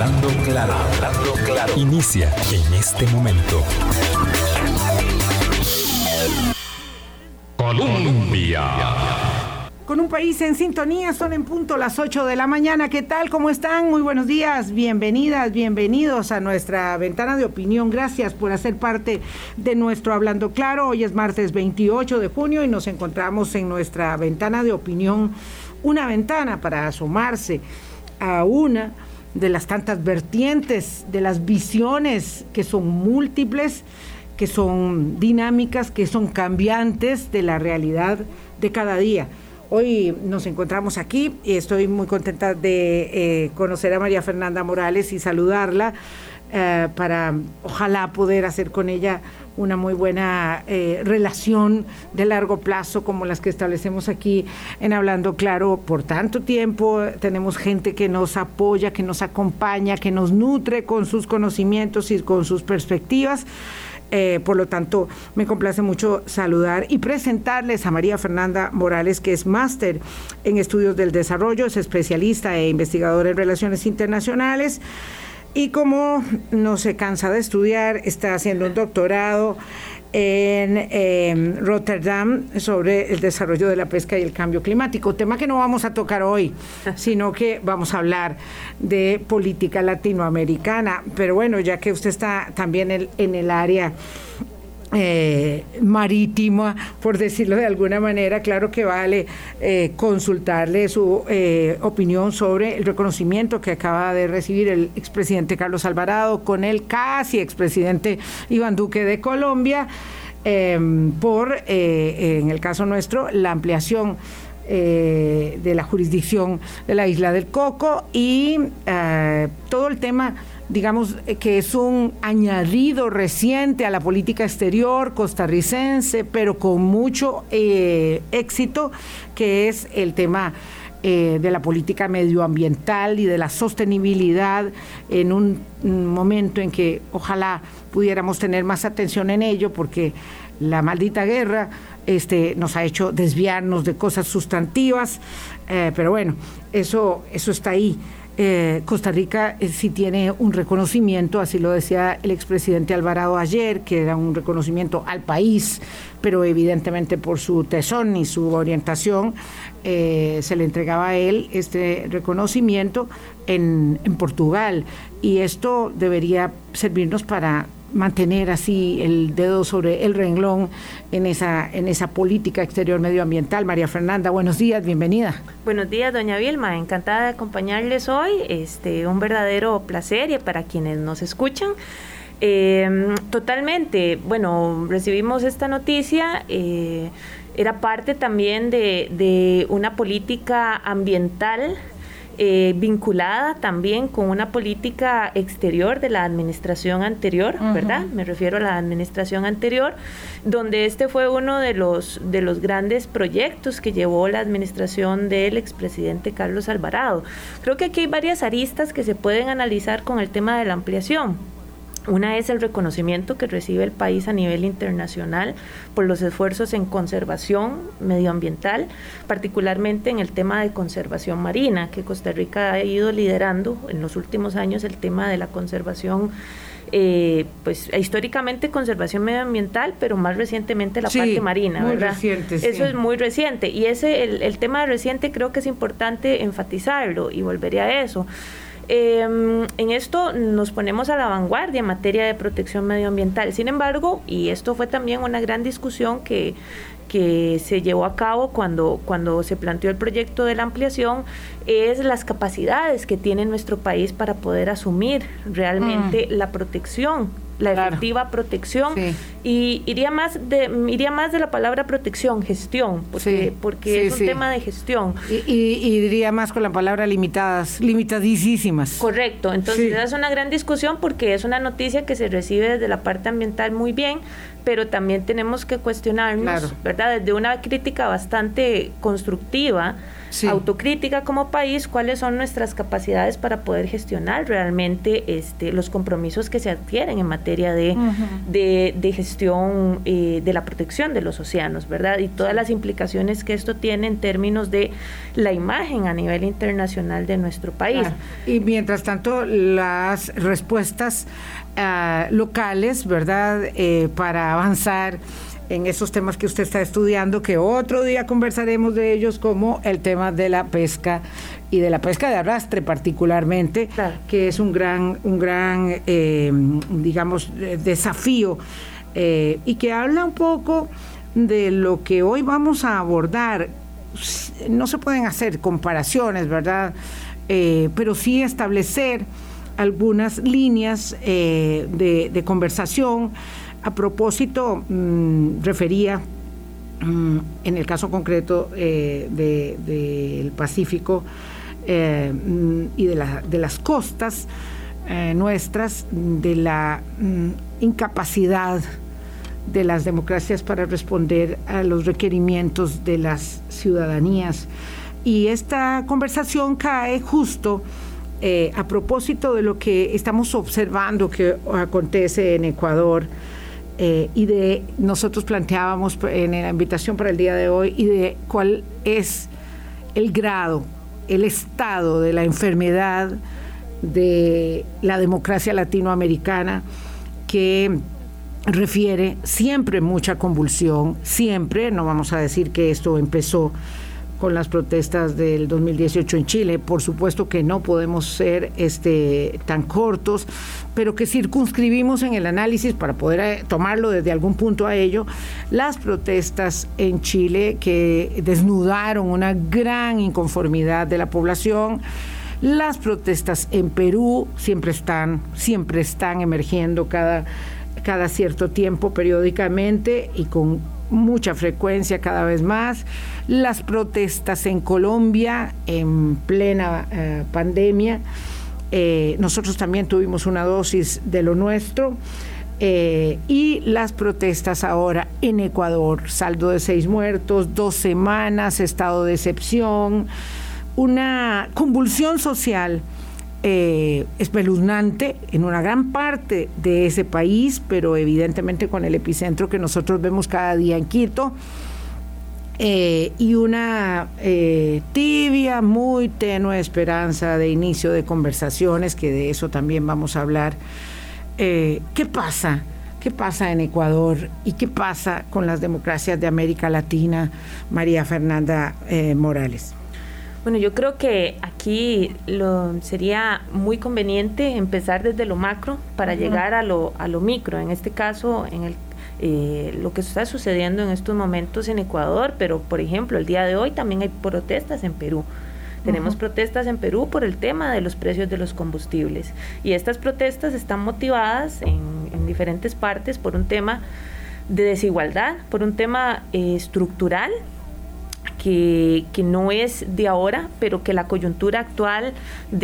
Hablando claro, hablando claro. Inicia en este momento. Colombia. Con un país en sintonía, son en punto las 8 de la mañana. ¿Qué tal? ¿Cómo están? Muy buenos días, bienvenidas, bienvenidos a nuestra ventana de opinión. Gracias por hacer parte de nuestro Hablando Claro. Hoy es martes 28 de junio y nos encontramos en nuestra ventana de opinión, una ventana para asomarse a una de las tantas vertientes, de las visiones que son múltiples, que son dinámicas, que son cambiantes de la realidad de cada día. Hoy nos encontramos aquí y estoy muy contenta de conocer a María Fernanda Morales y saludarla para ojalá poder hacer con ella una muy buena relación de largo plazo como las que establecemos aquí en Hablando Claro por tanto tiempo. Tenemos gente que nos apoya, que nos acompaña, que nos nutre con sus conocimientos y con sus perspectivas. Por lo tanto, me complace mucho saludar y presentarles a María Fernanda Morales, que es máster en estudios del desarrollo, es especialista e investigadora en relaciones internacionales y como no se cansa de estudiar, está haciendo un doctorado en Rotterdam sobre el desarrollo de la pesca y el cambio climático, tema que no vamos a tocar hoy, sino que vamos a hablar de política latinoamericana. Pero bueno, ya que usted está también en el área marítima, por decirlo de alguna manera, claro que vale consultarle su opinión sobre el reconocimiento que acaba de recibir el expresidente Carlos Alvarado con el casi expresidente Iván Duque de Colombia por, en el caso nuestro, la ampliación de la jurisdicción de la isla del Coco y todo el tema, digamos, que es un añadido reciente a la política exterior costarricense, pero con mucho éxito, que es el tema de la política medioambiental y de la sostenibilidad en un momento en que ojalá pudiéramos tener más atención en ello, porque la maldita guerra nos ha hecho desviarnos de cosas sustantivas, pero bueno, eso está ahí. Costa Rica sí tiene un reconocimiento, así lo decía el expresidente Alvarado ayer, que era un reconocimiento al país, pero evidentemente por su tesón y su orientación se le entregaba a él este reconocimiento en Portugal, y esto debería servirnos para mantener así el dedo sobre el renglón en esa política exterior medioambiental. María Fernanda, buenos días, bienvenida. Buenos días, doña Vilma, encantada de acompañarles hoy, un verdadero placer y para quienes nos escuchan. Totalmente, bueno, recibimos esta noticia, era parte también de una política ambiental vinculada también con una política exterior de la administración anterior, ¿verdad? Me refiero a la administración anterior, donde fue uno de los grandes proyectos que llevó la administración del expresidente Carlos Alvarado. Creo que aquí hay varias aristas que se pueden analizar con el tema de la ampliación. Una es el reconocimiento que recibe el país a nivel internacional por los esfuerzos en conservación medioambiental, particularmente en el tema de conservación marina, que Costa Rica ha ido liderando en los últimos años el tema de la conservación, pues históricamente conservación medioambiental, pero más recientemente la parte marina, muy ¿verdad? Reciente, sí. Eso es muy reciente y el tema reciente creo que es importante enfatizarlo y volveré a eso. En esto nos ponemos a la vanguardia en materia de protección medioambiental. Sin embargo, y esto fue también una gran discusión que se llevó a cabo cuando se planteó el proyecto de la ampliación, es las capacidades que tiene nuestro país para poder asumir realmente la protección, la efectiva protección, sí. Y iría más de la palabra protección, gestión, porque es un tema de gestión. Y diría más con la palabra limitadísimas. Correcto, entonces es una gran discusión porque es una noticia que se recibe desde la parte ambiental muy bien, pero también tenemos que cuestionarnos, ¿verdad? Desde una crítica bastante constructiva, autocrítica como país, cuáles son nuestras capacidades para poder gestionar realmente los compromisos que se adquieren en materia de gestión de la protección de los océanos, ¿verdad? Y todas las implicaciones que esto tiene en términos de la imagen a nivel internacional de nuestro país. Claro. Y mientras tanto, las respuestas locales, ¿verdad? Para avanzar en esos temas que usted está estudiando, que otro día conversaremos de ellos, como el tema de la pesca y de la pesca de arrastre particularmente, claro, que es un gran digamos, desafío, y que habla un poco de lo que hoy vamos a abordar. No se pueden hacer comparaciones, ¿verdad? Pero sí establecer algunas líneas de conversación. A propósito, refería en el caso concreto del Pacífico y de las costas nuestras, de la incapacidad de las democracias para responder a los requerimientos de las ciudadanías. Y esta conversación cae justo a propósito de lo que estamos observando que acontece en Ecuador, y de nosotros planteábamos en la invitación para el día de hoy, y de cuál es el grado, el estado de la enfermedad de la democracia latinoamericana, que refiere siempre mucha convulsión, siempre. No vamos a decir que esto empezó con las protestas del 2018 en Chile, por supuesto que no podemos ser tan cortos, pero que circunscribimos en el análisis para poder tomarlo desde algún punto a ello, las protestas en Chile que desnudaron una gran inconformidad de la población. Las protestas en Perú siempre están emergiendo cada cierto tiempo, periódicamente y con mucha frecuencia cada vez más. Las protestas en Colombia en plena pandemia. Nosotros también tuvimos una dosis de lo nuestro. Y las protestas ahora en Ecuador, saldo de 6 muertos, 2 semanas, estado de excepción, una convulsión social espeluznante en una gran parte de ese país, pero evidentemente con el epicentro que nosotros vemos cada día en Quito, y una tibia, muy tenue esperanza de inicio de conversaciones, que de eso también vamos a hablar. ¿Qué pasa? ¿Qué pasa en Ecuador y qué pasa con las democracias de América Latina, María Fernanda Morales? Bueno, yo creo que aquí sería muy conveniente empezar desde lo macro para llegar a lo micro. En este caso, lo que está sucediendo en estos momentos en Ecuador, pero por ejemplo, el día de hoy también hay protestas en Perú. Tenemos protestas en Perú por el tema de los precios de los combustibles. Y estas protestas están motivadas en diferentes partes por un tema de desigualdad, por un tema estructural, que no es de ahora, pero que la coyuntura actual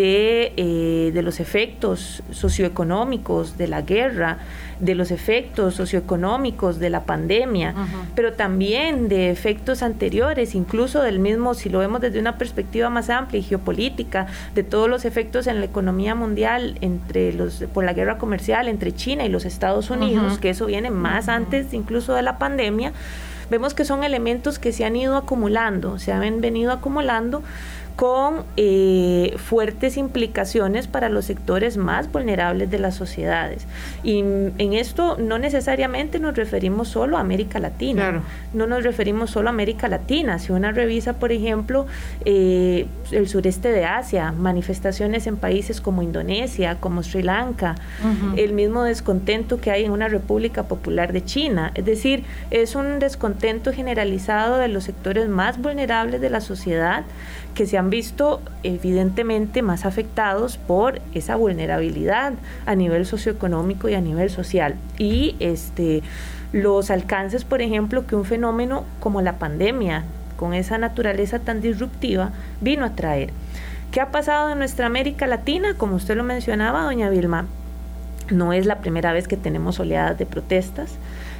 de los efectos socioeconómicos de la guerra, de los efectos socioeconómicos de la pandemia, pero también de efectos anteriores, incluso del mismo, si lo vemos desde una perspectiva más amplia y geopolítica, de todos los efectos en la economía mundial por la guerra comercial entre China y los Estados Unidos, que eso viene más antes incluso de la pandemia. Vemos que son elementos que se han ido acumulando, se han venido acumulando con fuertes implicaciones para los sectores más vulnerables de las sociedades. Y en esto no necesariamente nos referimos solo a América Latina, claro. No nos referimos solo a América Latina. Si uno revisa, por ejemplo, el sureste de Asia, manifestaciones en países como Indonesia, como Sri Lanka, el mismo descontento que hay en una República Popular de China. Es decir, es un descontento generalizado de los sectores más vulnerables de la sociedad, que se han visto evidentemente más afectados por esa vulnerabilidad a nivel socioeconómico y a nivel social. Y los alcances, por ejemplo, que un fenómeno como la pandemia, con esa naturaleza tan disruptiva, vino a traer. ¿Qué ha pasado en nuestra América Latina? Como usted lo mencionaba, doña Vilma, no es la primera vez que tenemos oleadas de protestas.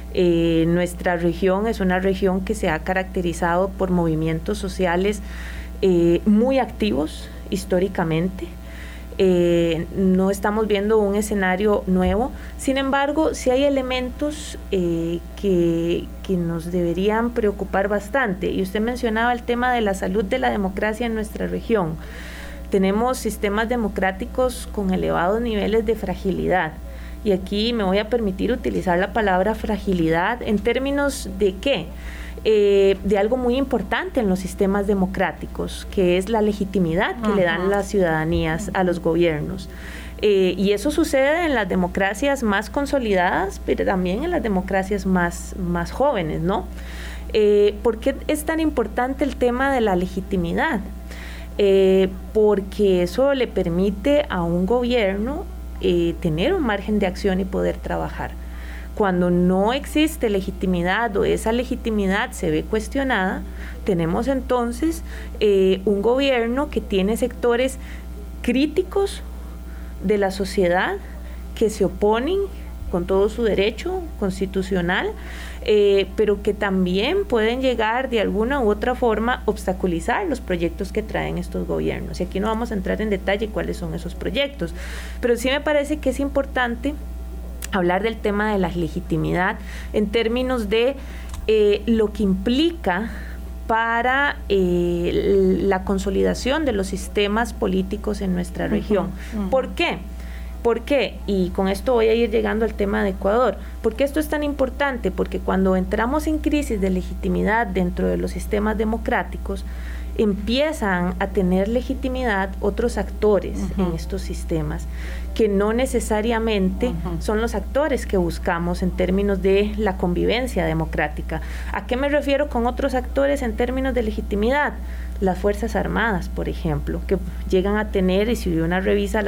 Nuestra región es una región que se ha caracterizado por movimientos sociales muy activos históricamente. No estamos viendo un escenario nuevo. Sin embargo, sí hay elementos que nos deberían preocupar bastante. Y usted mencionaba el tema de la salud de la democracia en nuestra región. Tenemos sistemas democráticos con elevados niveles de fragilidad. Y aquí me voy a permitir utilizar la palabra fragilidad en términos de ¿qué? De algo muy importante en los sistemas democráticos, que es la legitimidad que le dan las ciudadanías a los gobiernos. Y eso sucede en las democracias más consolidadas, pero también en las democracias más jóvenes, ¿no? ¿Por qué es tan importante el tema de la legitimidad? Porque eso le permite a un gobierno tener un margen de acción y poder trabajar. Cuando no existe legitimidad o esa legitimidad se ve cuestionada, tenemos entonces un gobierno que tiene sectores críticos de la sociedad que se oponen con todo su derecho constitucional, pero que también pueden llegar de alguna u otra forma a obstaculizar los proyectos que traen estos gobiernos. Y aquí no vamos a entrar en detalle cuáles son esos proyectos, pero sí me parece que es importante hablar del tema de la legitimidad en términos de lo que implica para la consolidación de los sistemas políticos en nuestra región. ¿Por qué? ¿Por qué? Y con esto voy a ir llegando al tema de Ecuador. ¿Por qué esto es tan importante? Porque cuando entramos en crisis de legitimidad dentro de los sistemas democráticos, empiezan a tener legitimidad otros actores en estos sistemas, que no necesariamente son los actores que buscamos en términos de la convivencia democrática. ¿A qué me refiero con otros actores en términos de legitimidad? Las Fuerzas Armadas, por ejemplo, que llegan a tener, y si uno revisa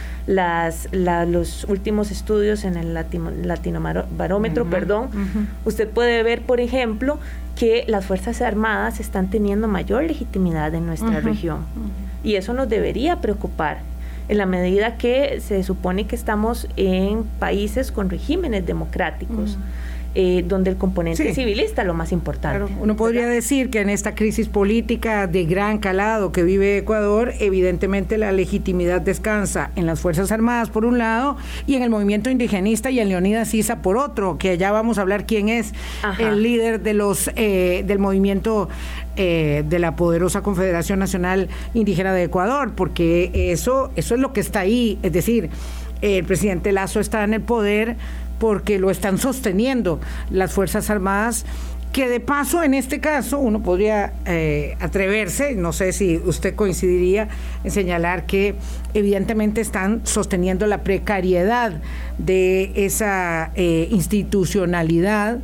los últimos estudios en el Latinobarómetro, usted puede ver, por ejemplo, que las Fuerzas Armadas están teniendo mayor legitimidad en nuestra región. Y eso nos debería preocupar, en la medida que se supone que estamos en países con regímenes democráticos, donde el componente civilista es lo más importante. Claro, uno podría decir que en esta crisis política de gran calado que vive Ecuador, evidentemente la legitimidad descansa en las Fuerzas Armadas por un lado y en el movimiento indigenista y en Leonidas Issa por otro, que allá vamos a hablar quién es el líder de los del movimiento de la poderosa Confederación Nacional Indígena de Ecuador, porque eso es lo que está ahí, es decir, el presidente Lasso está en el poder porque lo están sosteniendo las Fuerzas Armadas, que de paso en este caso uno podría atreverse, no sé si usted coincidiría en señalar que evidentemente están sosteniendo la precariedad de esa institucionalidad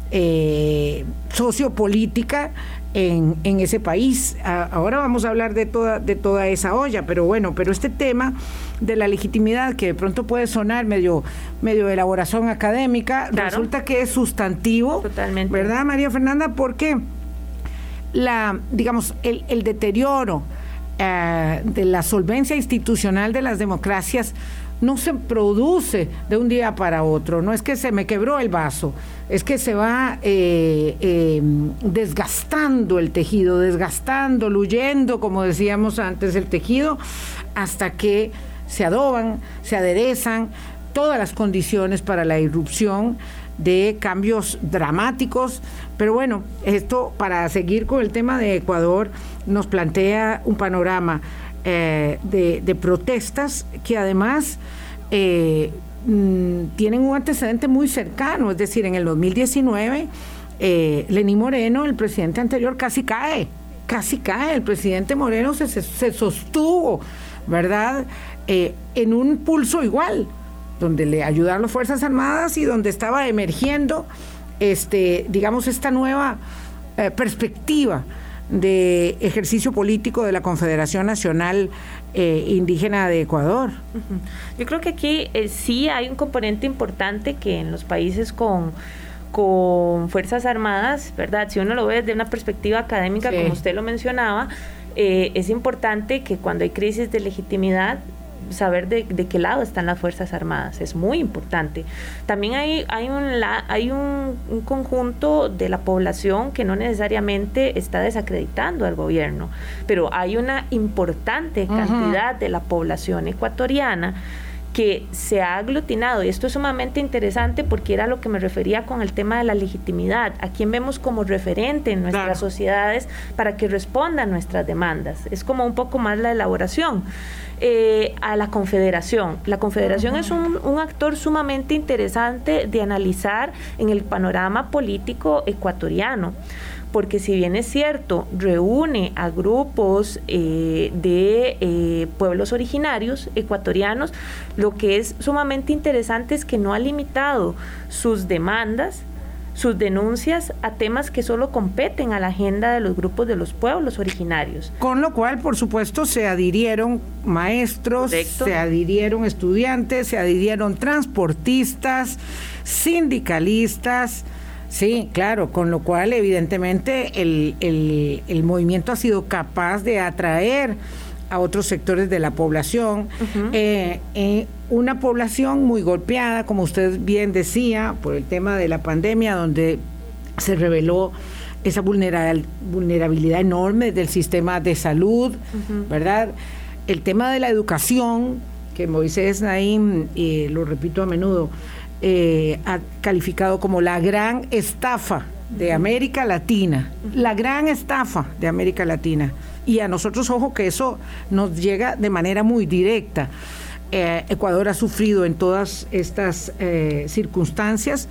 sociopolítica en ese país. Ahora vamos a hablar de toda esa olla, pero este tema de la legitimidad, que de pronto puede sonar medio de elaboración académica, resulta que es sustantivo. Totalmente. ¿Verdad, María Fernanda? Porque el deterioro de la solvencia institucional de las democracias no se produce de un día para otro. No es que se me quebró el vaso, es que se va desgastando el tejido, luyendo, como decíamos antes, el tejido, hasta que se adoban, se aderezan todas las condiciones para la irrupción de cambios dramáticos. Pero bueno, esto, para seguir con el tema de Ecuador, nos plantea un panorama de protestas que además tienen un antecedente muy cercano. Es decir, en el 2019 Lenín Moreno, el presidente anterior, casi cae. El presidente Moreno se sostuvo, ¿verdad?, en un pulso igual, donde le ayudaron las Fuerzas Armadas y donde estaba emergiendo esta nueva perspectiva de ejercicio político de la Confederación Nacional Indígena de Ecuador. Yo creo que aquí sí hay un componente importante que en los países con Fuerzas Armadas, ¿verdad? Si uno lo ve desde una perspectiva académica, como usted lo mencionaba, es importante que cuando hay crisis de legitimidad saber de qué lado están las Fuerzas Armadas, es muy importante. También hay un conjunto de la población que no necesariamente está desacreditando al gobierno, pero hay una importante cantidad de la población ecuatoriana que se ha aglutinado, y esto es sumamente interesante porque era lo que me refería con el tema de la legitimidad, a quién vemos como referente en nuestras sociedades para que respondan a nuestras demandas. Es como un poco más la elaboración. A la Confederación. La Confederación es un actor sumamente interesante de analizar en el panorama político ecuatoriano, porque si bien es cierto, reúne a grupos de pueblos originarios ecuatorianos, lo que es sumamente interesante es que no ha limitado sus demandas, sus denuncias a temas que solo competen a la agenda de los grupos de los pueblos originarios. Con lo cual, por supuesto, se adhirieron maestros, correcto, se adhirieron estudiantes, se adhirieron transportistas, sindicalistas. Sí, claro, con lo cual evidentemente el movimiento ha sido capaz de atraer a otros sectores de la población, una población muy golpeada, como usted bien decía, por el tema de la pandemia, donde se reveló esa vulnerabilidad enorme del sistema de salud, ¿verdad? El tema de la educación, que Moisés Naim, lo repito a menudo, ha calificado como la gran estafa de América Latina, la gran estafa de América Latina. Y a nosotros, ojo, que eso nos llega de manera muy directa. Ecuador ha sufrido en todas estas circunstancias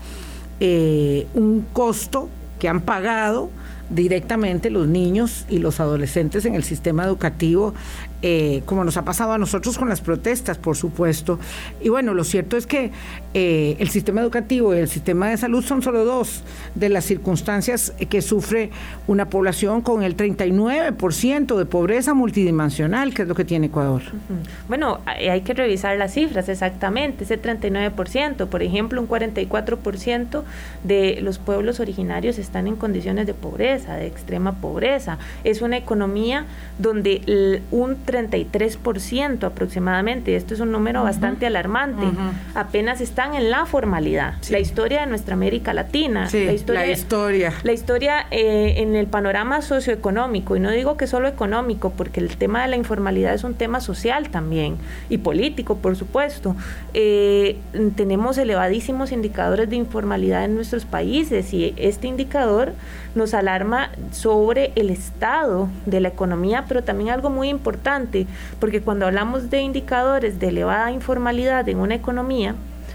un costo que han pagado directamente los niños y los adolescentes en el sistema educativo, como nos ha pasado a nosotros con las protestas, por supuesto. Y bueno, lo cierto es que el sistema educativo y el sistema de salud son solo dos de las circunstancias que sufre una población con el 39% de pobreza multidimensional, que es lo que tiene Ecuador. Bueno, hay que revisar las cifras exactamente, ese 39%, por ejemplo, un 44% de los pueblos originarios están en condiciones de pobreza, de extrema pobreza. Es una economía donde un 33% aproximadamente, esto es un número bastante alarmante, apenas están en la formalidad. Sí. La historia de nuestra América Latina, sí, la historia en el panorama socioeconómico, y no digo que solo económico, porque el tema de la informalidad es un tema social también, y político, por supuesto. Tenemos elevadísimos indicadores de informalidad en nuestros países, y este indicador nos alarma sobre el estado de la economía, pero también algo muy importante, porque cuando hablamos de indicadores de elevada informalidad en una economía,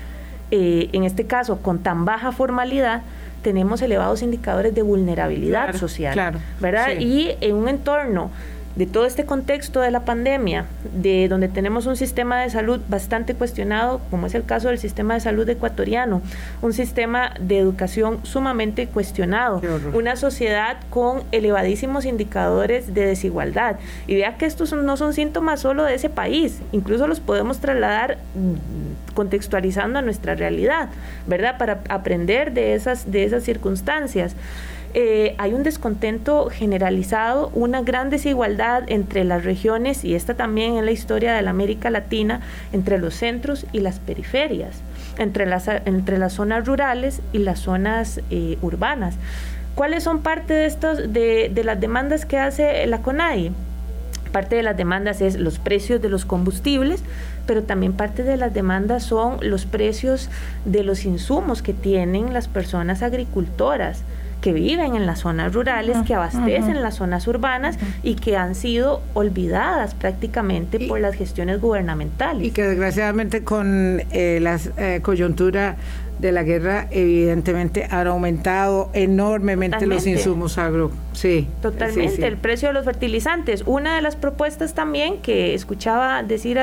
en este caso con tan baja formalidad, tenemos elevados indicadores de vulnerabilidad social, ¿verdad? Sí. Y en un entorno de todo este contexto de la pandemia, de donde tenemos un sistema de salud bastante cuestionado, como es el caso del sistema de salud ecuatoriano, un sistema de educación sumamente cuestionado, una sociedad con elevadísimos indicadores de desigualdad. Y vea que estos no son síntomas solo de ese país, incluso los podemos trasladar contextualizando a nuestra realidad, ¿verdad? Para aprender de esas circunstancias. Hay un descontento generalizado, una gran desigualdad entre las regiones, y esta también en la historia de la América Latina, entre los centros y las periferias, entre las zonas rurales y las zonas urbanas. ¿Cuáles son parte de las demandas que hace la CONADI? Parte de las demandas es los precios de los combustibles, pero también parte de las demandas son los precios de los insumos que tienen las personas agricultoras que viven en las zonas rurales, que abastecen las zonas urbanas y que han sido olvidadas prácticamente por las gestiones gubernamentales. Y que desgraciadamente con la coyuntura de la guerra evidentemente han aumentado enormemente los insumos agro. Sí, totalmente, sí. El precio de los fertilizantes. Una de las propuestas también que escuchaba decir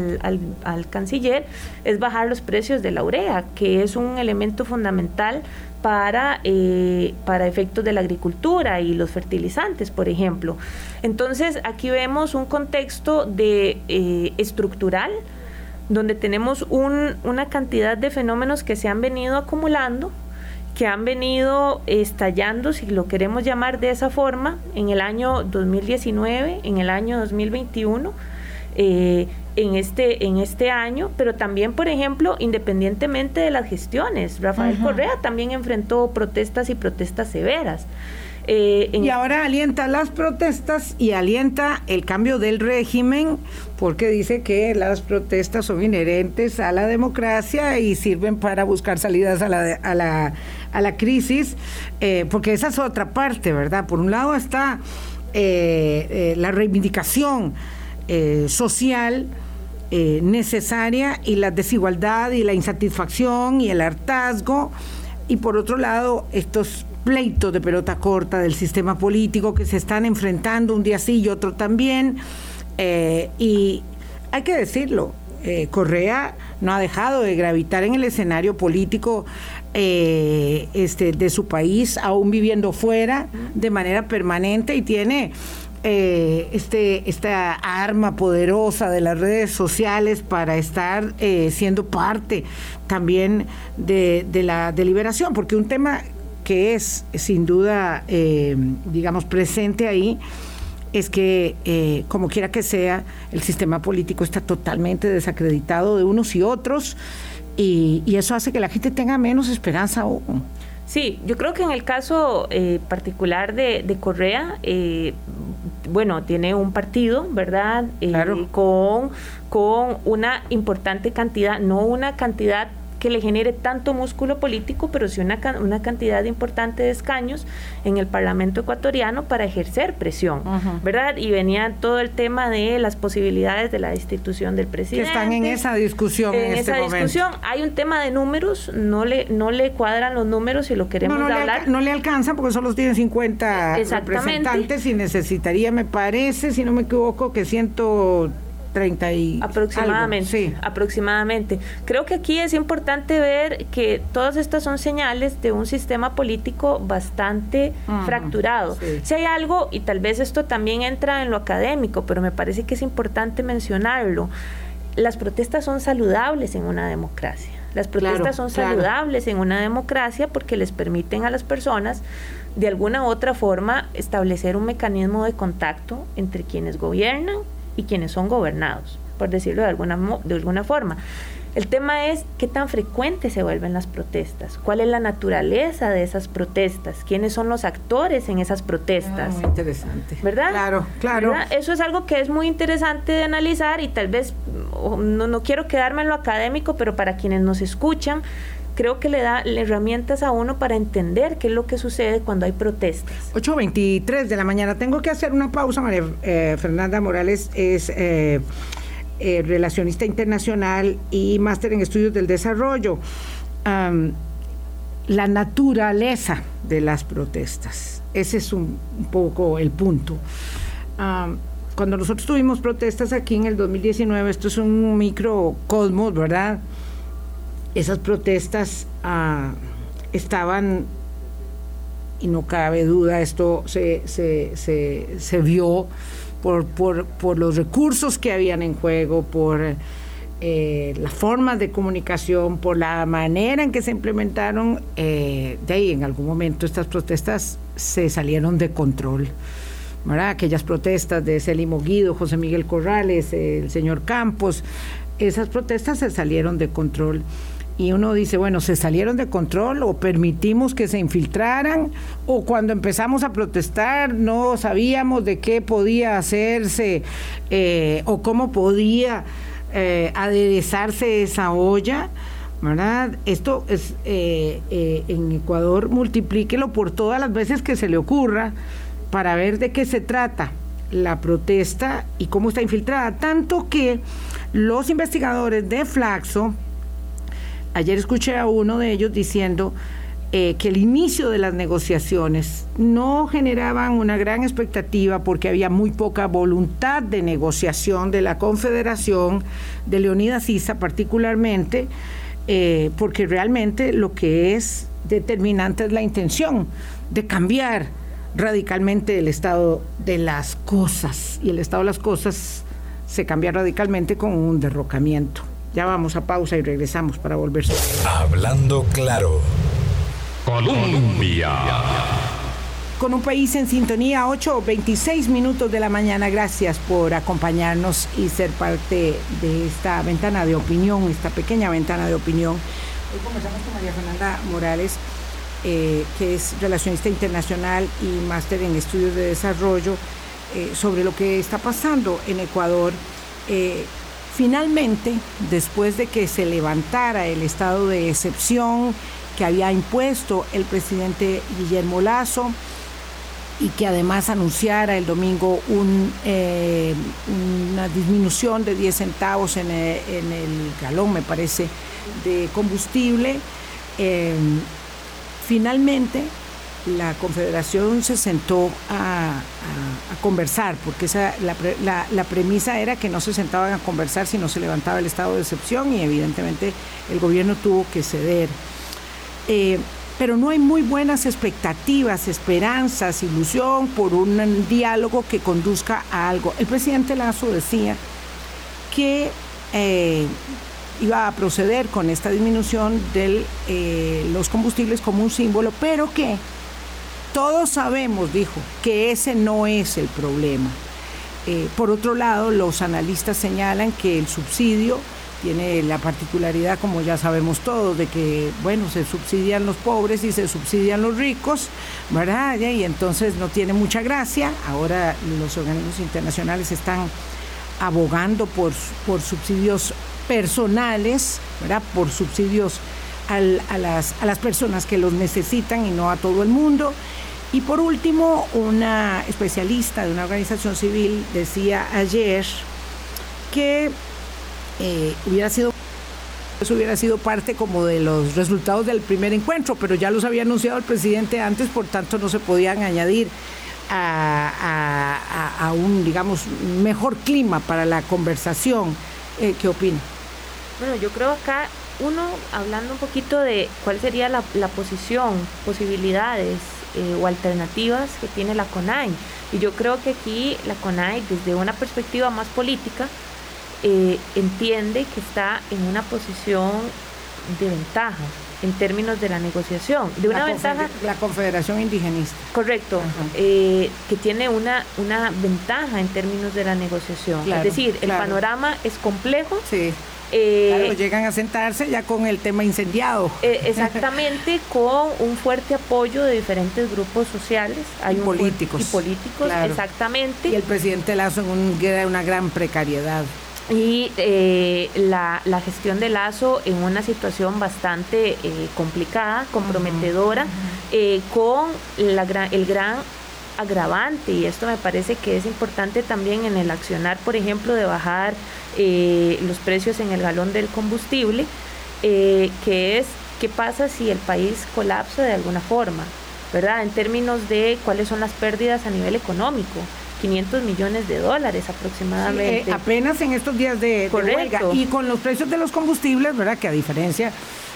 al canciller es bajar los precios de la urea, que es un elemento fundamental para efectos de la agricultura y los fertilizantes, por ejemplo. Entonces, aquí vemos un contexto estructural, donde tenemos una cantidad de fenómenos que se han venido acumulando, que han venido estallando, si lo queremos llamar de esa forma, en el año 2019, en el año 2021, en este año, pero también, por ejemplo, independientemente de las gestiones, Rafael Correa también enfrentó protestas y protestas severas. Y ahora alienta las protestas y alienta el cambio del régimen, porque dice que las protestas son inherentes a la democracia y sirven para buscar salidas a la crisis, porque esa es otra parte, ¿verdad? Por un lado está la reivindicación social necesaria, y la desigualdad y la insatisfacción y el hartazgo, y por otro lado estos pleitos de pelota corta del sistema político que se están enfrentando un día sí y otro también, y hay que decirlo, Correa no ha dejado de gravitar en el escenario político de su país, aún viviendo fuera de manera permanente, y tiene esta arma poderosa de las redes sociales para estar siendo parte también de la deliberación, porque un tema que es sin duda, digamos, presente ahí, es que, como quiera que sea, el sistema político está totalmente desacreditado de unos y otros, y eso hace que la gente tenga menos esperanza aún. Sí, yo creo que en el caso particular de Correa, bueno, tiene un partido, ¿verdad? Claro. Con una importante cantidad, no una cantidad que le genere tanto músculo político, pero sí una cantidad importante de escaños en el Parlamento ecuatoriano para ejercer presión, ¿verdad? Y venía todo el tema de las posibilidades de la destitución del presidente. Que están en esa discusión en este momento. Hay un tema de números, no le cuadran los números si lo queremos hablar. No le alcanzan porque solo tienen 50 representantes y necesitaría, me parece, si no me equivoco, que 130 y aproximadamente, algo, sí. Aproximadamente. Creo que aquí es importante ver que todas estas son señales de un sistema político bastante fracturado. Sí. Si hay algo, y tal vez esto también entra en lo académico, pero me parece que es importante mencionarlo, las protestas son saludables en una democracia. Las protestas son saludables en una democracia porque les permiten a las personas de alguna u otra forma establecer un mecanismo de contacto entre quienes gobiernan y quienes son gobernados, por decirlo de alguna forma. El tema es qué tan frecuentes se vuelven las protestas, cuál es la naturaleza de esas protestas, quiénes son los actores en esas protestas. Muy interesante. ¿Verdad? Claro. ¿Verdad? Eso es algo que es muy interesante de analizar, y tal vez, no quiero quedarme en lo académico, pero para quienes nos escuchan, creo que le da herramientas a uno para entender qué es lo que sucede cuando hay protestas. 8:23 de la mañana. Tengo que hacer una pausa. María Fernanda Morales es relacionista internacional y máster en estudios del desarrollo. La naturaleza de las protestas. Ese es un poco el punto. Cuando nosotros tuvimos protestas aquí en el 2019, esto es un microcosmos, ¿verdad? Esas protestas estaban, y no cabe duda, esto se vio por los recursos que habían en juego, por las formas de comunicación, por la manera en que se implementaron. De ahí, en algún momento, estas protestas se salieron de control, ¿verdad? Aquellas protestas de Célimo Guido, José Miguel Corrales, el señor Campos, esas protestas se salieron de control. Y uno dice, bueno, ¿se salieron de control o permitimos que se infiltraran? O cuando empezamos a protestar no sabíamos de qué podía hacerse o cómo podía aderezarse esa olla, ¿verdad? Esto es en Ecuador, multiplíquelo por todas las veces que se le ocurra para ver de qué se trata la protesta y cómo está infiltrada. Tanto que los investigadores de Flaxo, ayer escuché a uno de ellos diciendo que el inicio de las negociaciones no generaban una gran expectativa porque había muy poca voluntad de negociación de la Confederación, de Leonidas Issa particularmente, porque realmente lo que es determinante es la intención de cambiar radicalmente el estado de las cosas, y el estado de las cosas se cambia radicalmente con un derrocamiento. Ya vamos a pausa y regresamos para volver. Hablando claro. Colombia. con un país en sintonía, 8:26 minutos de la mañana. Gracias por acompañarnos y ser parte de esta ventana de opinión, esta pequeña ventana de opinión. Hoy conversamos con María Fernanda Morales, que es relacionista internacional y máster en estudios de desarrollo, sobre lo que está pasando en Ecuador. Finalmente, después de que se levantara el estado de excepción que había impuesto el presidente Guillermo Lasso y que además anunciara el domingo una disminución de 10 centavos en el galón, me parece, de combustible, finalmente la Confederación se sentó a conversar, porque la premisa era que no se sentaban a conversar si no se levantaba el estado de excepción, y evidentemente el gobierno tuvo que ceder. Pero no hay muy buenas expectativas, esperanzas, ilusión por un diálogo que conduzca a algo. El presidente Lasso decía que iba a proceder con esta disminución de los combustibles como un símbolo, pero que todos sabemos, dijo, que ese no es el problema. Por otro lado, los analistas señalan que el subsidio tiene la particularidad, como ya sabemos todos, de que, bueno, se subsidian los pobres y se subsidian los ricos, ¿verdad? Y entonces no tiene mucha gracia. Ahora los organismos internacionales están abogando por subsidios personales, ¿verdad? Por subsidios a las personas que los necesitan y no a todo el mundo. Y por último, una especialista de una organización civil decía ayer que eso hubiera sido parte como de los resultados del primer encuentro, pero ya los había anunciado el presidente antes, por tanto no se podían añadir a un, digamos, mejor clima para la conversación. ¿Qué opina? Bueno, yo creo acá, hablando un poquito de cuál sería la posición, posibilidades o alternativas que tiene la CONAI. Y yo creo que aquí la CONAI, desde una perspectiva más política, entiende que está en una posición de ventaja en términos de la negociación, de una ventaja. La Confederación Indigenista. Correcto, que tiene una ventaja en términos de la negociación. Claro, es decir, el panorama es complejo. Sí. Claro, llegan a sentarse ya con el tema incendiado. Exactamente, con un fuerte apoyo de diferentes grupos sociales. Hay políticos, claro. Exactamente. Y el presidente Lasso en una gran precariedad. Y la gestión de Lasso en una situación bastante complicada, comprometedora, con el gran agravante, y esto me parece que es importante también en el accionar, por ejemplo, de bajar los precios en el galón del combustible, que es qué pasa si el país colapsa de alguna forma, ¿verdad? En términos de cuáles son las pérdidas a nivel económico. $500 millones aproximadamente. Sí, apenas en estos días de huelga, y con los precios de los combustibles, ¿verdad? Que a diferencia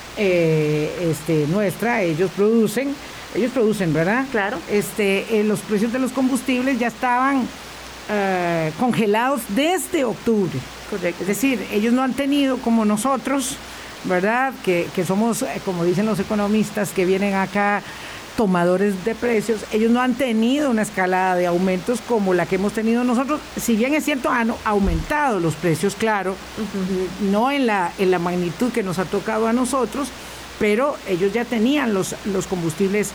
nuestra, ellos producen, ¿verdad? Claro. Los precios de los combustibles ya estaban congelados desde octubre. Correcto. Es decir, ellos no han tenido como nosotros, ¿verdad? Que somos, como dicen los economistas que vienen acá, tomadores de precios. Ellos no han tenido una escalada de aumentos como la que hemos tenido nosotros. Si bien es cierto, han aumentado los precios, claro, no en la magnitud que nos ha tocado a nosotros, pero ellos ya tenían los combustibles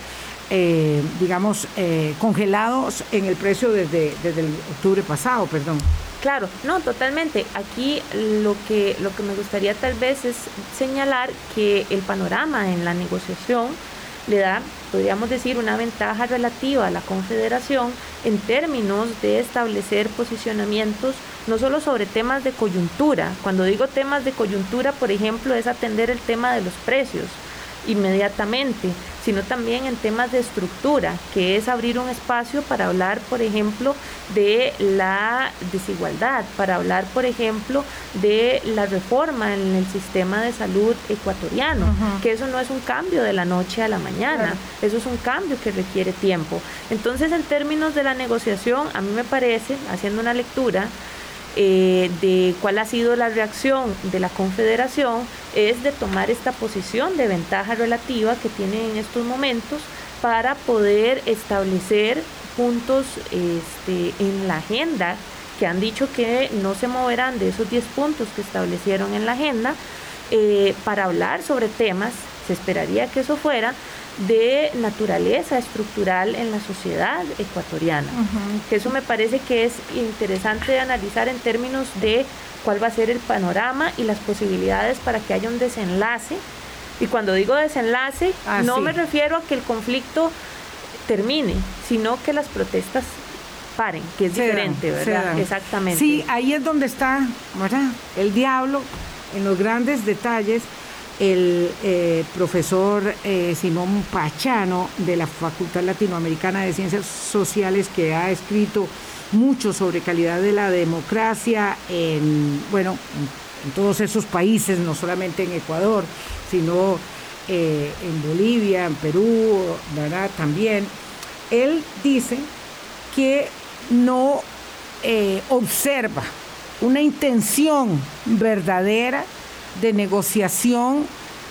congelados en el precio desde el octubre pasado, perdón. Claro, no, totalmente. Aquí lo que me gustaría tal vez es señalar que el panorama en la negociación le da, podríamos decir, una ventaja relativa a la Confederación en términos de establecer posicionamientos no solo sobre temas de coyuntura. Cuando digo temas de coyuntura, por ejemplo, es atender el tema de los precios inmediatamente, sino también en temas de estructura, que es abrir un espacio para hablar, por ejemplo, de la desigualdad, para hablar, por ejemplo, de la reforma en el sistema de salud ecuatoriano, que eso no es un cambio de la noche a la mañana, eso es un cambio que requiere tiempo. Entonces, en términos de la negociación, a mí me parece, haciendo una lectura de cuál ha sido la reacción de la Confederación, es de tomar esta posición de ventaja relativa que tiene en estos momentos para poder establecer puntos en la agenda, que han dicho que no se moverán de esos 10 puntos que establecieron en la agenda, para hablar sobre temas, se esperaría que eso fuera, de naturaleza estructural en la sociedad ecuatoriana. Que eso me parece que es interesante de analizar en términos de cuál va a ser el panorama y las posibilidades para que haya un desenlace. Y cuando digo desenlace, no me refiero a que el conflicto termine, sino que las protestas paren, que es diferente, ¿verdad? Exactamente. Sí, ahí es donde está, ¿verdad?, el diablo, en los grandes detalles. El profesor Simón Pachano, de la Facultad Latinoamericana de Ciencias Sociales, que ha escrito mucho sobre calidad de la democracia en todos esos países, no solamente en Ecuador, sino en Bolivia, en Perú, ¿verdad?, también. Él dice que no observa una intención verdadera de negociación,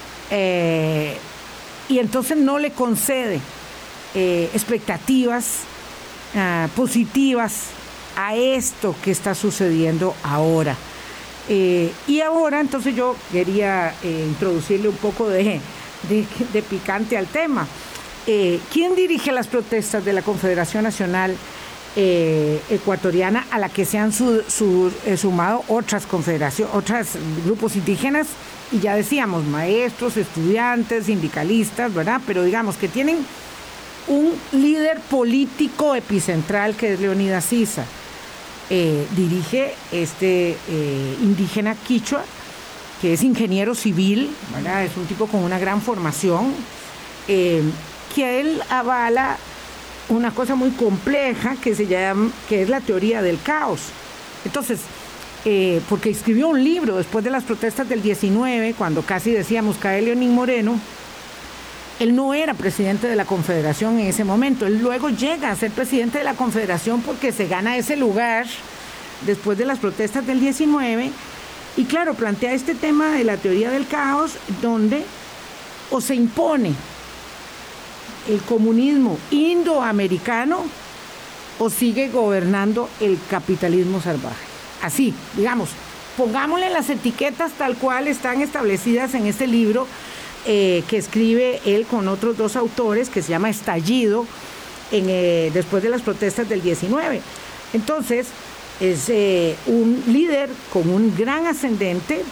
y entonces no le concede expectativas positivas a esto que está sucediendo ahora. Y ahora entonces yo quería introducirle un poco de picante al tema. ¿Quién dirige las protestas de la Confederación Nacional Ecuatoriana, a la que se han sumado otras confederaciones, otros grupos indígenas, y ya decíamos, maestros, estudiantes, sindicalistas, ¿verdad? Pero digamos que tienen un líder político epicentral, que es Leonidas Sisa. Dirige indígena quichua, que es ingeniero civil, ¿verdad? Es un tipo con una gran formación, que él avala una cosa muy compleja que es la teoría del caos. Entonces, porque escribió un libro después de las protestas del 19, cuando casi decíamos cae Lenín Moreno. Él no era presidente de la Confederación en ese momento. Él luego llega a ser presidente de la Confederación porque se gana ese lugar después de las protestas del 19. Y claro, plantea este tema de la teoría del caos, donde o se impone el comunismo indoamericano o sigue gobernando el capitalismo salvaje. Así, digamos, pongámosle las etiquetas tal cual están establecidas en este libro que escribe él con otros dos autores, que se llama Estallido, después de las protestas del 19. Entonces, es un líder con un gran ascendente,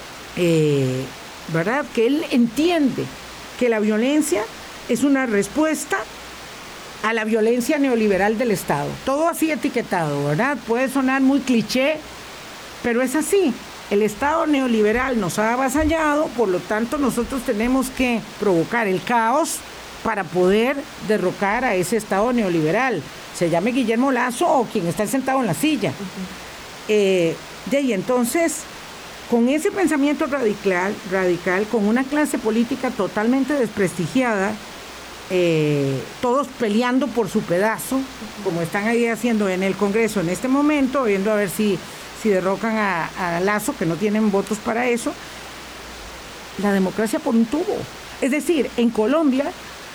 ¿verdad?, que él entiende que la violencia es una respuesta a la violencia neoliberal del Estado. Todo así etiquetado, ¿verdad? Puede sonar muy cliché, pero es así. El Estado neoliberal nos ha avasallado, por lo tanto nosotros tenemos que provocar el caos para poder derrocar a ese Estado neoliberal. Se llame Guillermo Lazo o quien está sentado en la silla. Y entonces, con ese pensamiento radical, con una clase política totalmente desprestigiada, todos peleando por su pedazo, como están ahí haciendo en el Congreso en este momento, viendo a ver si derrocan a Lazo, que no tienen votos para eso. La democracia por un tubo. Es decir, en Colombia,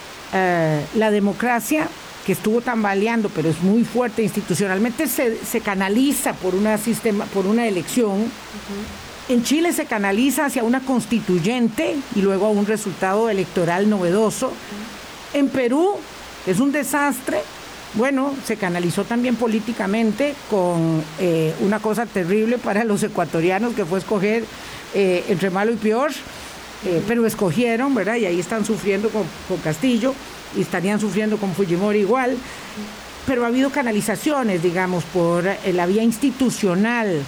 la democracia, que estuvo tambaleando, pero es muy fuerte institucionalmente, se canaliza por una elección. En Chile se canaliza hacia una constituyente y luego a un resultado electoral novedoso. En Perú, que es un desastre, bueno, se canalizó también políticamente con una cosa terrible para los ecuatorianos, que fue escoger entre malo y peor, pero escogieron, ¿verdad? Y ahí están sufriendo con Castillo, y estarían sufriendo con Fujimori igual. Pero ha habido canalizaciones, digamos, por la vía institucional.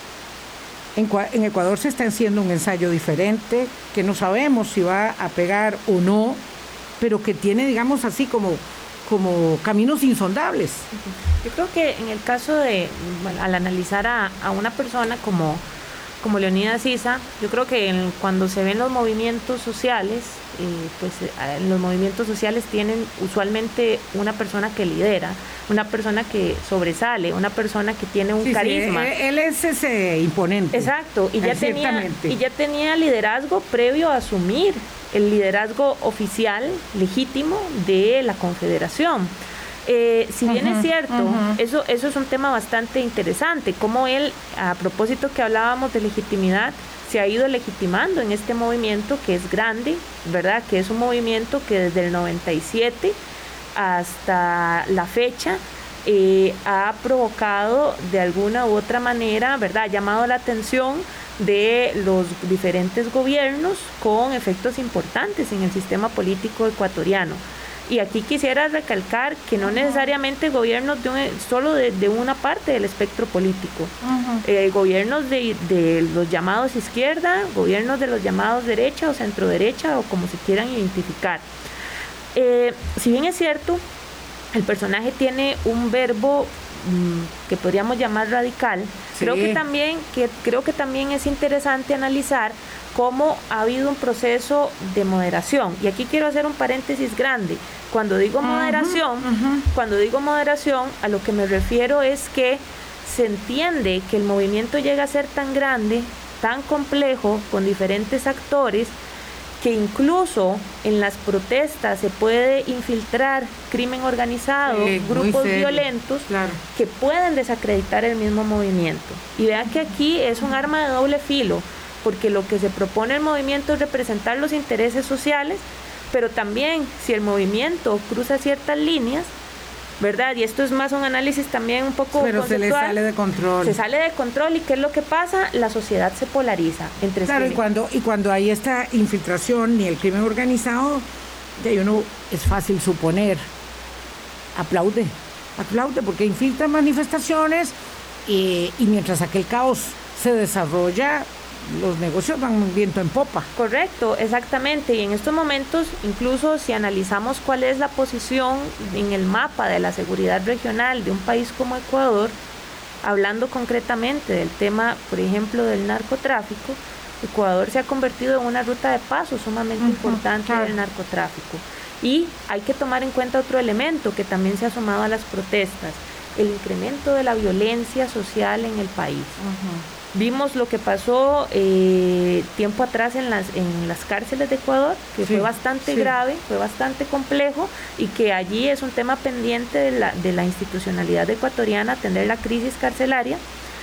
En Ecuador se está haciendo un ensayo diferente, que no sabemos si va a pegar o no, pero que tiene, digamos, así como caminos insondables. Yo creo que en el caso de, al analizar a una persona como Leonidas Sisa, yo creo que cuando se ven los movimientos sociales, los movimientos sociales tienen usualmente una persona que lidera, una persona que sobresale, una persona que tiene un carisma. Sí, él es ese imponente. Exacto, y ya tenía liderazgo previo a asumir el liderazgo oficial, legítimo de la Confederación. Si bien es cierto, eso es un tema bastante interesante, cómo él, a propósito que hablábamos de legitimidad, se ha ido legitimando en este movimiento que es grande, ¿verdad? Que es un movimiento que desde el 97 hasta la fecha ha provocado de alguna u otra manera, ¿verdad? Ha llamado la atención de los diferentes gobiernos con efectos importantes en el sistema político ecuatoriano. Y aquí quisiera recalcar que no necesariamente gobiernos solo de una parte del espectro político, gobiernos de los llamados izquierda, gobiernos de los llamados derecha o centro derecha o como se quieran identificar. Si bien es cierto, el personaje tiene un verbo que podríamos llamar radical, sí. creo que también es interesante analizar cómo ha habido un proceso de moderación. Y aquí quiero hacer un paréntesis grande. Cuando digo moderación, a lo que me refiero es que se entiende que el movimiento llega a ser tan grande, tan complejo, con diferentes actores, que incluso en las protestas se puede infiltrar crimen organizado, grupos violentos, claro, que pueden desacreditar el mismo movimiento. Y vean que aquí es un arma de doble filo, porque lo que se propone el movimiento es representar los intereses sociales, pero también si el movimiento cruza ciertas líneas, ¿verdad? Y esto es más un análisis también un poco pero conceptual. Se le sale de control. Se sale de control, ¿y qué es lo que pasa? La sociedad se polariza entre claro, y cuando hay esta infiltración y el crimen organizado, de uno es fácil suponer, aplaude, porque infiltran manifestaciones y mientras aquel caos se desarrolla, los negocios van viento en popa. Correcto, exactamente. Y en estos momentos, incluso si analizamos cuál es la posición en el mapa de la seguridad regional de un país como Ecuador, hablando concretamente del tema, por ejemplo, del narcotráfico, Ecuador se ha convertido en una ruta de paso sumamente importante del narcotráfico. Y hay que tomar en cuenta otro elemento que también se ha sumado a las protestas, el incremento de la violencia social en el país. Vimos lo que pasó tiempo atrás en las cárceles de Ecuador, que fue bastante grave, fue bastante complejo, y que allí es un tema pendiente de la institucionalidad ecuatoriana, atender la crisis carcelaria,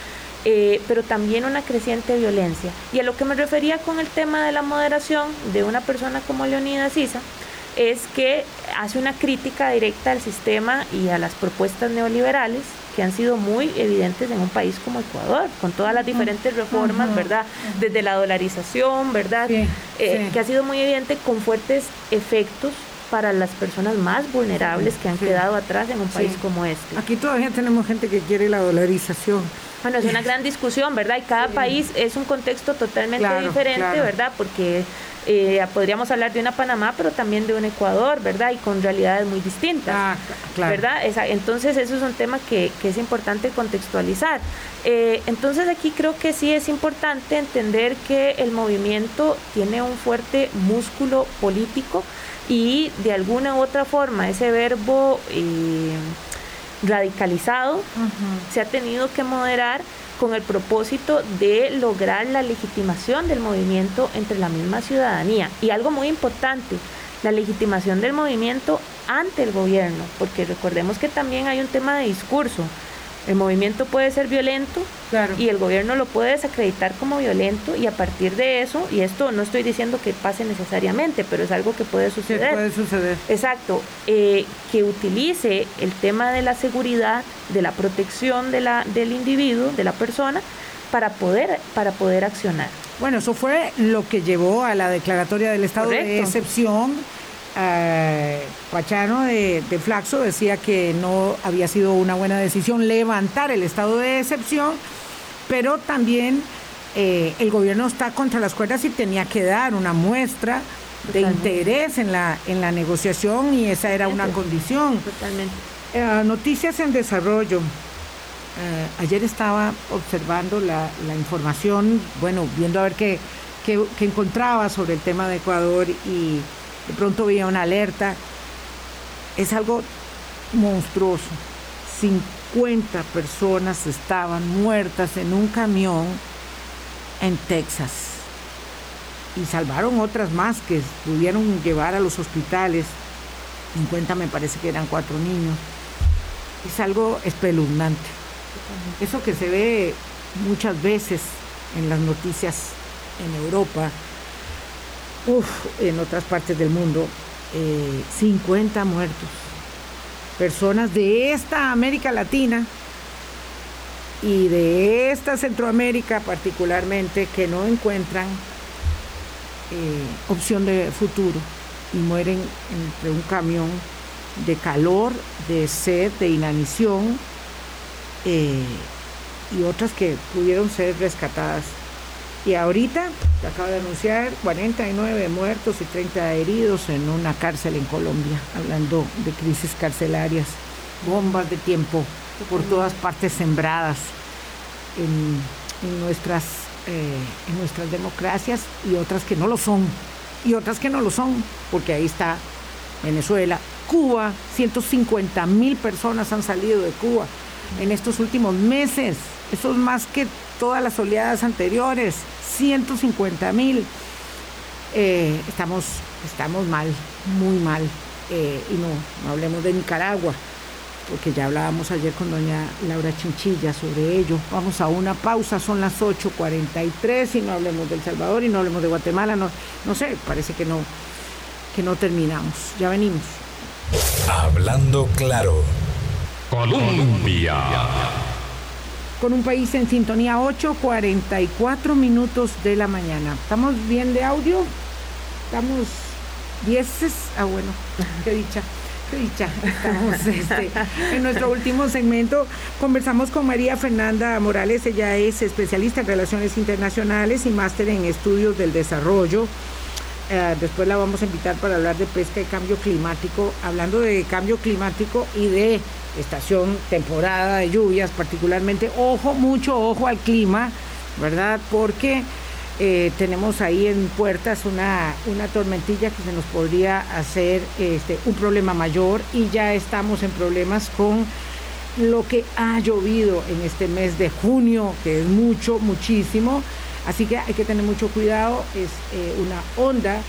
pero también una creciente violencia. Y a lo que me refería con el tema de la moderación de una persona como Leonidas Issa, es que hace una crítica directa al sistema y a las propuestas neoliberales que han sido muy evidentes en un país como Ecuador, con todas las diferentes reformas, ¿verdad? Desde la dolarización, ¿verdad? Que ha sido muy evidente, con fuertes efectos para las personas más vulnerables que han quedado atrás en un país como este. Aquí todavía tenemos gente que quiere la dolarización. Bueno, es una gran discusión, ¿verdad? Y cada país es un contexto totalmente diferente, ¿verdad? Porque podríamos hablar de una Panamá, pero también de un Ecuador, ¿verdad? Y con realidades muy distintas, ¿verdad? Entonces, eso es un tema que es importante contextualizar. Entonces, aquí creo que sí es importante entender que el movimiento tiene un fuerte músculo político y de alguna u otra forma ese verbo radicalizado se ha tenido que moderar con el propósito de lograr la legitimación del movimiento entre la misma ciudadanía. Y algo muy importante, la legitimación del movimiento ante el gobierno, porque recordemos que también hay un tema de discurso. El movimiento puede ser violento y el gobierno lo puede desacreditar como violento, y a partir de eso, y esto no estoy diciendo que pase necesariamente, pero es algo que puede suceder. Sí, puede suceder. Exacto, que utilice el tema de la seguridad, de la protección del individuo, de la persona, para poder accionar. Bueno, eso fue lo que llevó a la declaratoria del estado de excepción. Pachano de Flaxo decía que no había sido una buena decisión levantar el estado de excepción, pero también el gobierno está contra las cuerdas y tenía que dar una muestra de interés en la negociación, y esa era una condición. Totalmente. Noticias en desarrollo. Ayer estaba observando la información, bueno, viendo a ver qué encontraba sobre el tema de Ecuador, y de pronto veía una alerta. Es algo monstruoso. 50 personas estaban muertas en un camión en Texas. y salvaron otras más que pudieron llevar a los hospitales. 50 me parece que eran 4 niños. Es algo espeluznante. Eso que se ve muchas veces en las noticias en Europa, en otras partes del mundo, 50 muertos. Personas de esta América Latina y de esta Centroamérica particularmente que no encuentran opción de futuro y mueren entre un camión de calor, de sed, de inanición, y otras que pudieron ser rescatadas. Y ahorita se acaba de anunciar 49 muertos y 30 heridos en una cárcel en Colombia, hablando de crisis carcelarias, bombas de tiempo por todas partes sembradas en nuestras democracias, y otras que no lo son, porque ahí está Venezuela, Cuba. 150,000 personas han salido de Cuba en estos últimos meses. Eso es más que todas las oleadas anteriores. 150,000. Estamos mal, muy mal. Y no hablemos de Nicaragua, porque ya hablábamos ayer con doña Laura Chinchilla sobre ello. Vamos a una pausa, son las 8:43, y no hablemos de El Salvador y no hablemos de Guatemala. No sé, parece que no terminamos. Ya venimos. Hablando claro. Colombia. Con un país en sintonía, 8:44 minutos de la mañana. ¿Estamos bien de audio? ¿Estamos 10? Bueno, qué dicha. Estamos en nuestro último segmento. Conversamos con María Fernanda Morales. Ella es especialista en relaciones internacionales y máster en estudios del desarrollo. Después la vamos a invitar para hablar de pesca y cambio climático. Hablando de cambio climático y de estación, temporada de lluvias particularmente, mucho ojo al clima, ¿verdad? Porque tenemos ahí en puertas una tormentilla que se nos podría hacer un problema mayor, y ya estamos en problemas con lo que ha llovido en este mes de junio, que es muchísimo, así que hay que tener mucho cuidado. Es una onda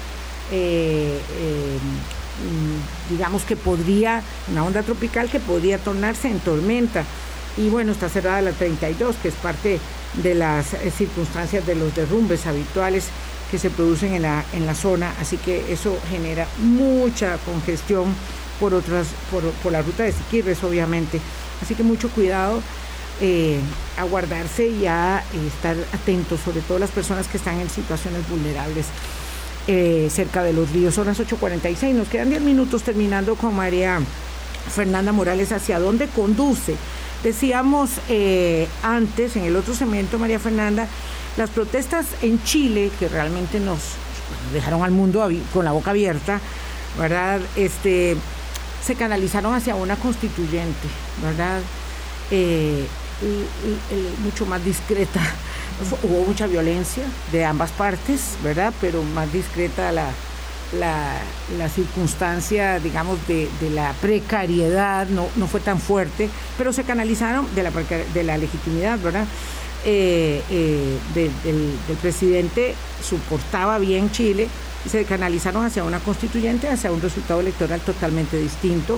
digamos que una onda tropical que podría tornarse en tormenta, y bueno, está cerrada la 32, que es parte de las circunstancias de los derrumbes habituales que se producen en la zona, así que eso genera mucha congestión por la ruta de Siquirres, obviamente, así que mucho cuidado, a guardarse y a estar atentos, sobre todo las personas que están en situaciones vulnerables cerca de los ríos. Son las 8:46, nos quedan 10 minutos terminando con María Fernanda Morales. ¿Hacia dónde conduce? Decíamos antes, en el otro segmento, María Fernanda, las protestas en Chile, que realmente nos dejaron al mundo con la boca abierta, ¿verdad? Se canalizaron hacia una constituyente, ¿verdad? Mucho más discreta. Hubo mucha violencia de ambas partes, ¿verdad? Pero más discreta la circunstancia, digamos, de la precariedad, no fue tan fuerte, pero se canalizaron de la legitimidad, ¿verdad? Del presidente, soportaba bien Chile, y se canalizaron hacia una constituyente, hacia un resultado electoral totalmente distinto.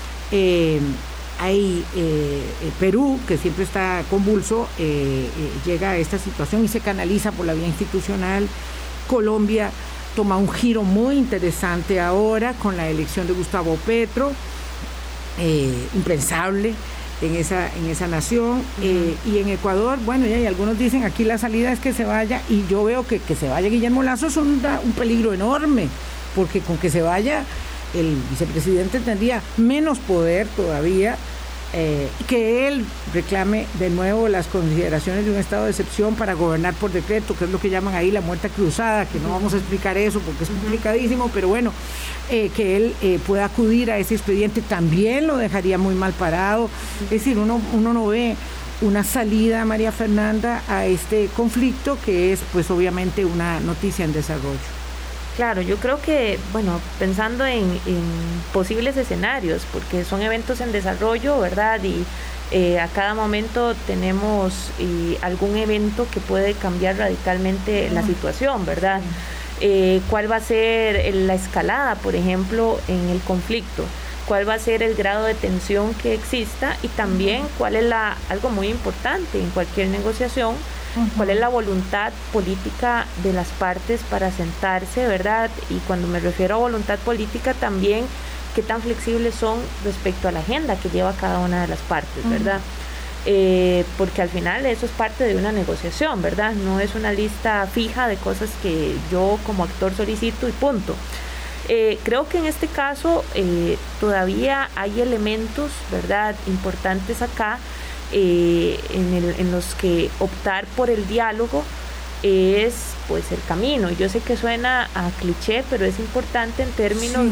Hay Perú, que siempre está convulso, llega a esta situación y se canaliza por la vía institucional. Colombia toma un giro muy interesante ahora con la elección de Gustavo Petro, impensable en esa nación. Y en Ecuador, bueno, y algunos dicen aquí la salida es que se vaya, y yo veo que se vaya Guillermo Lasso es un peligro enorme, porque con que se vaya el vicepresidente tendría menos poder todavía, que él reclame de nuevo las consideraciones de un estado de excepción para gobernar por decreto, que es lo que llaman ahí la muerte cruzada, que no vamos a explicar eso porque es complicadísimo, pero bueno, que él pueda acudir a ese expediente también lo dejaría muy mal parado. Es decir, uno no ve una salida, María Fernanda, a este conflicto, que es pues obviamente una noticia en desarrollo. Claro, yo creo que, bueno, pensando en posibles escenarios, porque son eventos en desarrollo, ¿verdad? Y a cada momento tenemos algún evento que puede cambiar radicalmente la situación, ¿verdad? cuál va a ser la escalada, por ejemplo, en el conflicto, cuál va a ser el grado de tensión que exista y también cuál es algo muy importante en cualquier negociación, cuál es la voluntad política de las partes para sentarse, ¿verdad? Y cuando me refiero a voluntad política también, qué tan flexibles son respecto a la agenda que lleva cada una de las partes, ¿verdad? Porque al final eso es parte de una negociación, ¿verdad? No es una lista fija de cosas que yo como actor solicito y punto. Creo que en este caso todavía hay elementos, ¿verdad?, importantes acá en los que optar por el diálogo es pues el camino. Yo sé que suena a cliché, pero es importante en términos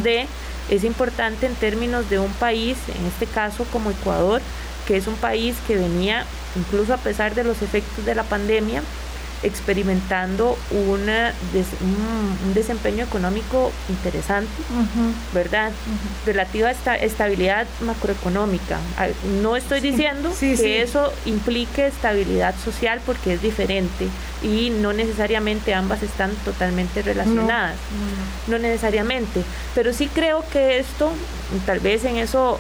de un país, en este caso como Ecuador, que es un país que venía, incluso a pesar de los efectos de la pandemia, experimentando un desempeño económico interesante, ¿verdad? Relativa a estabilidad macroeconómica. No estoy diciendo que eso implique estabilidad social, porque es diferente y no necesariamente ambas están totalmente relacionadas, no necesariamente, pero sí creo que esto, tal vez en eso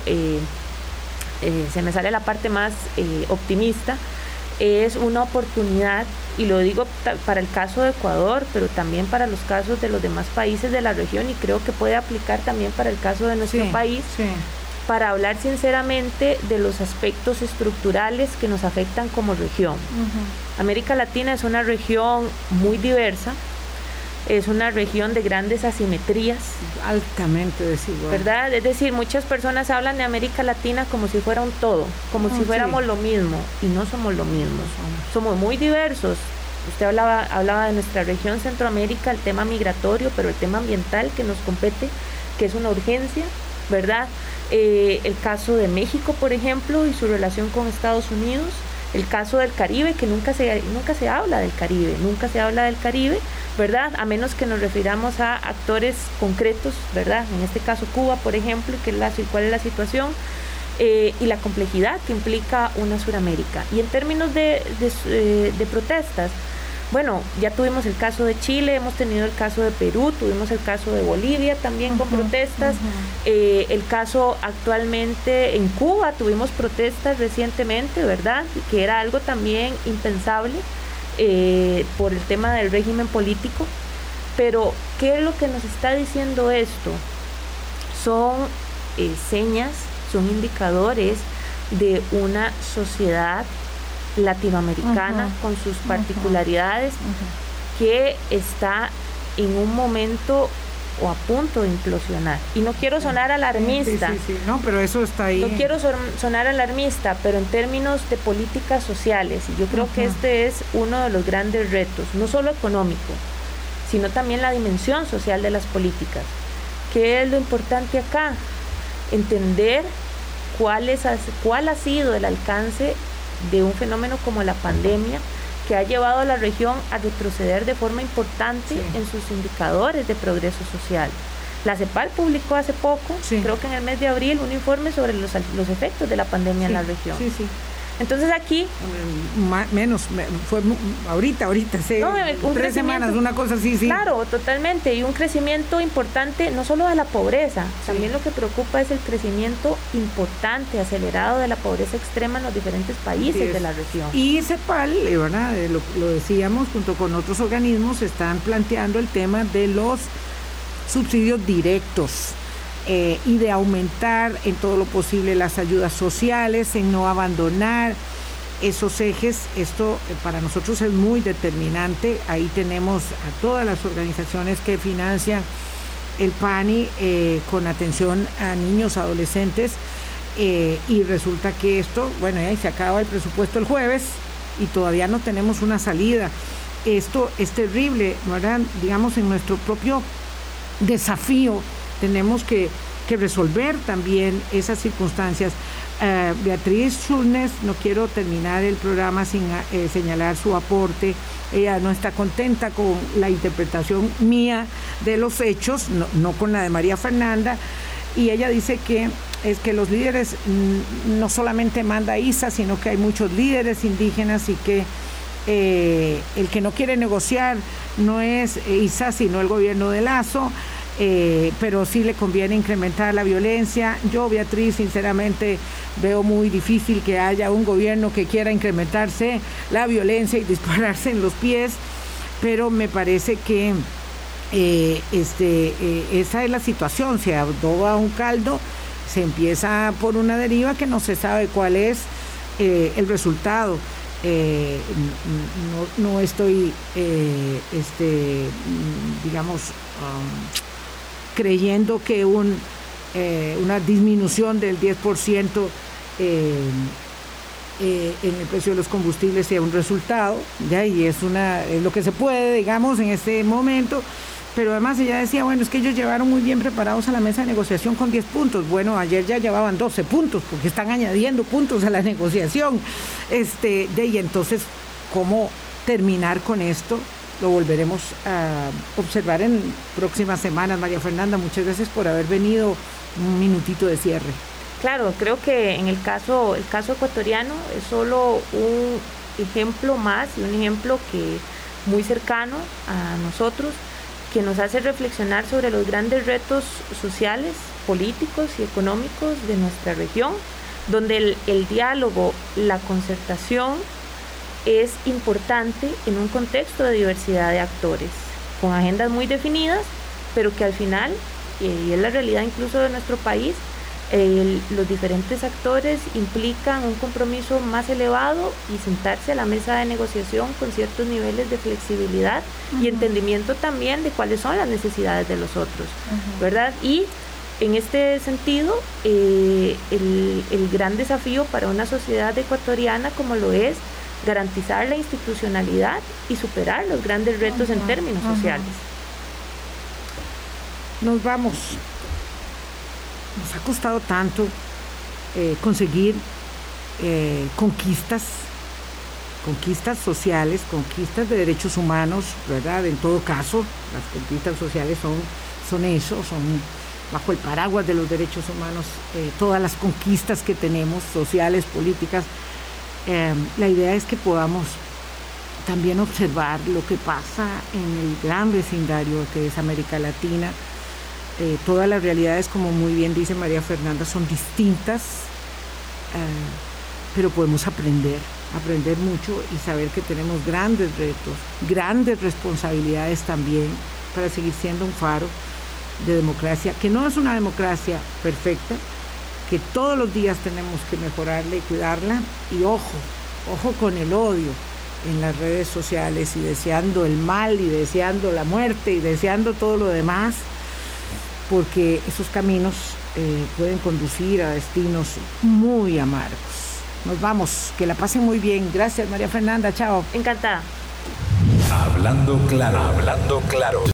se me sale la parte más optimista, es una oportunidad, y lo digo para el caso de Ecuador, pero también para los casos de los demás países de la región, y creo que puede aplicar también para el caso de nuestro país, para hablar sinceramente de los aspectos estructurales que nos afectan como región. América Latina es una región muy diversa, es una región de grandes asimetrías. Altamente desigual. ¿Verdad? Es decir, muchas personas hablan de América Latina como si fuera un todo, como si fuéramos lo mismo, y no somos lo mismo. Somos muy diversos. Usted hablaba de nuestra región Centroamérica, el tema migratorio, pero el tema ambiental que nos compete, que es una urgencia, ¿verdad? El caso de México, por ejemplo, y su relación con Estados Unidos. El caso del Caribe, que nunca se habla del Caribe, ¿verdad? A menos que nos refiramos a actores concretos, ¿verdad? En este caso Cuba, por ejemplo, cuál es la situación y la complejidad que implica una Suramérica. Y en términos de protestas, bueno, ya tuvimos el caso de Chile, hemos tenido el caso de Perú, tuvimos el caso de Bolivia también con protestas, el caso actualmente en Cuba, tuvimos protestas recientemente, ¿verdad? Que era algo también impensable por el tema del régimen político. Pero, ¿qué es lo que nos está diciendo esto? Son señas, son indicadores de una sociedad latinoamericana con sus particularidades que está en un momento o a punto de implosionar. Y no quiero sonar alarmista. No, pero eso está ahí. No quiero sonar alarmista, pero en términos de políticas sociales, y yo creo que este es uno de los grandes retos, no solo económico, sino también la dimensión social de las políticas. ¿Qué es lo importante acá? Entender cuál ha sido el alcance de un fenómeno como la pandemia, que ha llevado a la región a retroceder de forma importante en sus indicadores de progreso social. La CEPAL publicó hace poco, creo que en el mes de abril, un informe sobre los efectos de la pandemia en la región. Entonces aquí... fue ahorita, hace 3 semanas, una cosa así, Claro, totalmente, y un crecimiento importante, no solo de la pobreza, también lo que preocupa es el crecimiento importante, acelerado de la pobreza extrema en los diferentes países de la región. Y CEPAL, ¿verdad? Lo decíamos, junto con otros organismos, están planteando el tema de los subsidios directos, y de aumentar en todo lo posible las ayudas sociales, en no abandonar esos ejes. Esto para nosotros es muy determinante. Ahí tenemos a todas las organizaciones que financian el PANI con atención a niños, adolescentes, y resulta que esto, bueno, ahí se acaba el presupuesto el jueves y todavía no tenemos una salida. Esto es terrible, ¿verdad? Digamos, en nuestro propio desafío tenemos que resolver también esas circunstancias. Beatriz Schulnes, no quiero terminar el programa sin señalar su aporte. Ella no está contenta con la interpretación mía de los hechos, no con la de María Fernanda, y ella dice que es que los líderes, no solamente manda ISA, sino que hay muchos líderes indígenas y que el que no quiere negociar no es ISA, sino el gobierno de Lazo, pero sí le conviene incrementar la violencia. Yo, Beatriz, sinceramente veo muy difícil que haya un gobierno que quiera incrementarse la violencia y dispararse en los pies, pero me parece que esa es la situación. Se adoba un caldo, se empieza por una deriva que no se sabe cuál es el resultado. No estoy, creyendo que una disminución del 10% en el precio de los combustibles sea un resultado, ¿ya? Y es lo que se puede, digamos, en este momento. Pero además ella decía, bueno, es que ellos llevaron muy bien preparados a la mesa de negociación con 10 puntos. Bueno, ayer ya llevaban 12 puntos, porque están añadiendo puntos a la negociación. Y entonces, ¿cómo terminar con esto? Lo volveremos a observar en próximas semanas. María Fernanda, muchas gracias por haber venido. Un minutito de cierre. Claro, creo que en el caso ecuatoriano es solo un ejemplo más, y un ejemplo que muy cercano a nosotros, que nos hace reflexionar sobre los grandes retos sociales, políticos y económicos de nuestra región, donde el diálogo, la concertación es importante en un contexto de diversidad de actores, con agendas muy definidas, pero que al final, y es la realidad incluso de nuestro país, los diferentes actores implican un compromiso más elevado y sentarse a la mesa de negociación con ciertos niveles de flexibilidad y entendimiento también de cuáles son las necesidades de los otros, ¿verdad? Y en este sentido, el gran desafío para una sociedad ecuatoriana como lo es garantizar la institucionalidad y superar los grandes retos en términos sociales. Nos vamos. Nos ha costado tanto conseguir conquistas sociales, conquistas de derechos humanos, ¿verdad? En todo caso, las conquistas sociales son eso, son bajo el paraguas de los derechos humanos, todas las conquistas que tenemos, sociales, políticas. La idea es que podamos también observar lo que pasa en el gran vecindario que es América Latina. Todas las realidades, como muy bien dice María Fernanda, son distintas, pero podemos aprender mucho y saber que tenemos grandes retos, grandes responsabilidades también para seguir siendo un faro de democracia, que no es una democracia perfecta, que todos los días tenemos que mejorarla y cuidarla. Y ojo con el odio en las redes sociales, y deseando el mal y deseando la muerte y deseando todo lo demás, porque esos caminos pueden conducir a destinos muy amargos. Nos vamos, que la pasen muy bien. Gracias, María Fernanda, chao. Encantada. Hablando claro.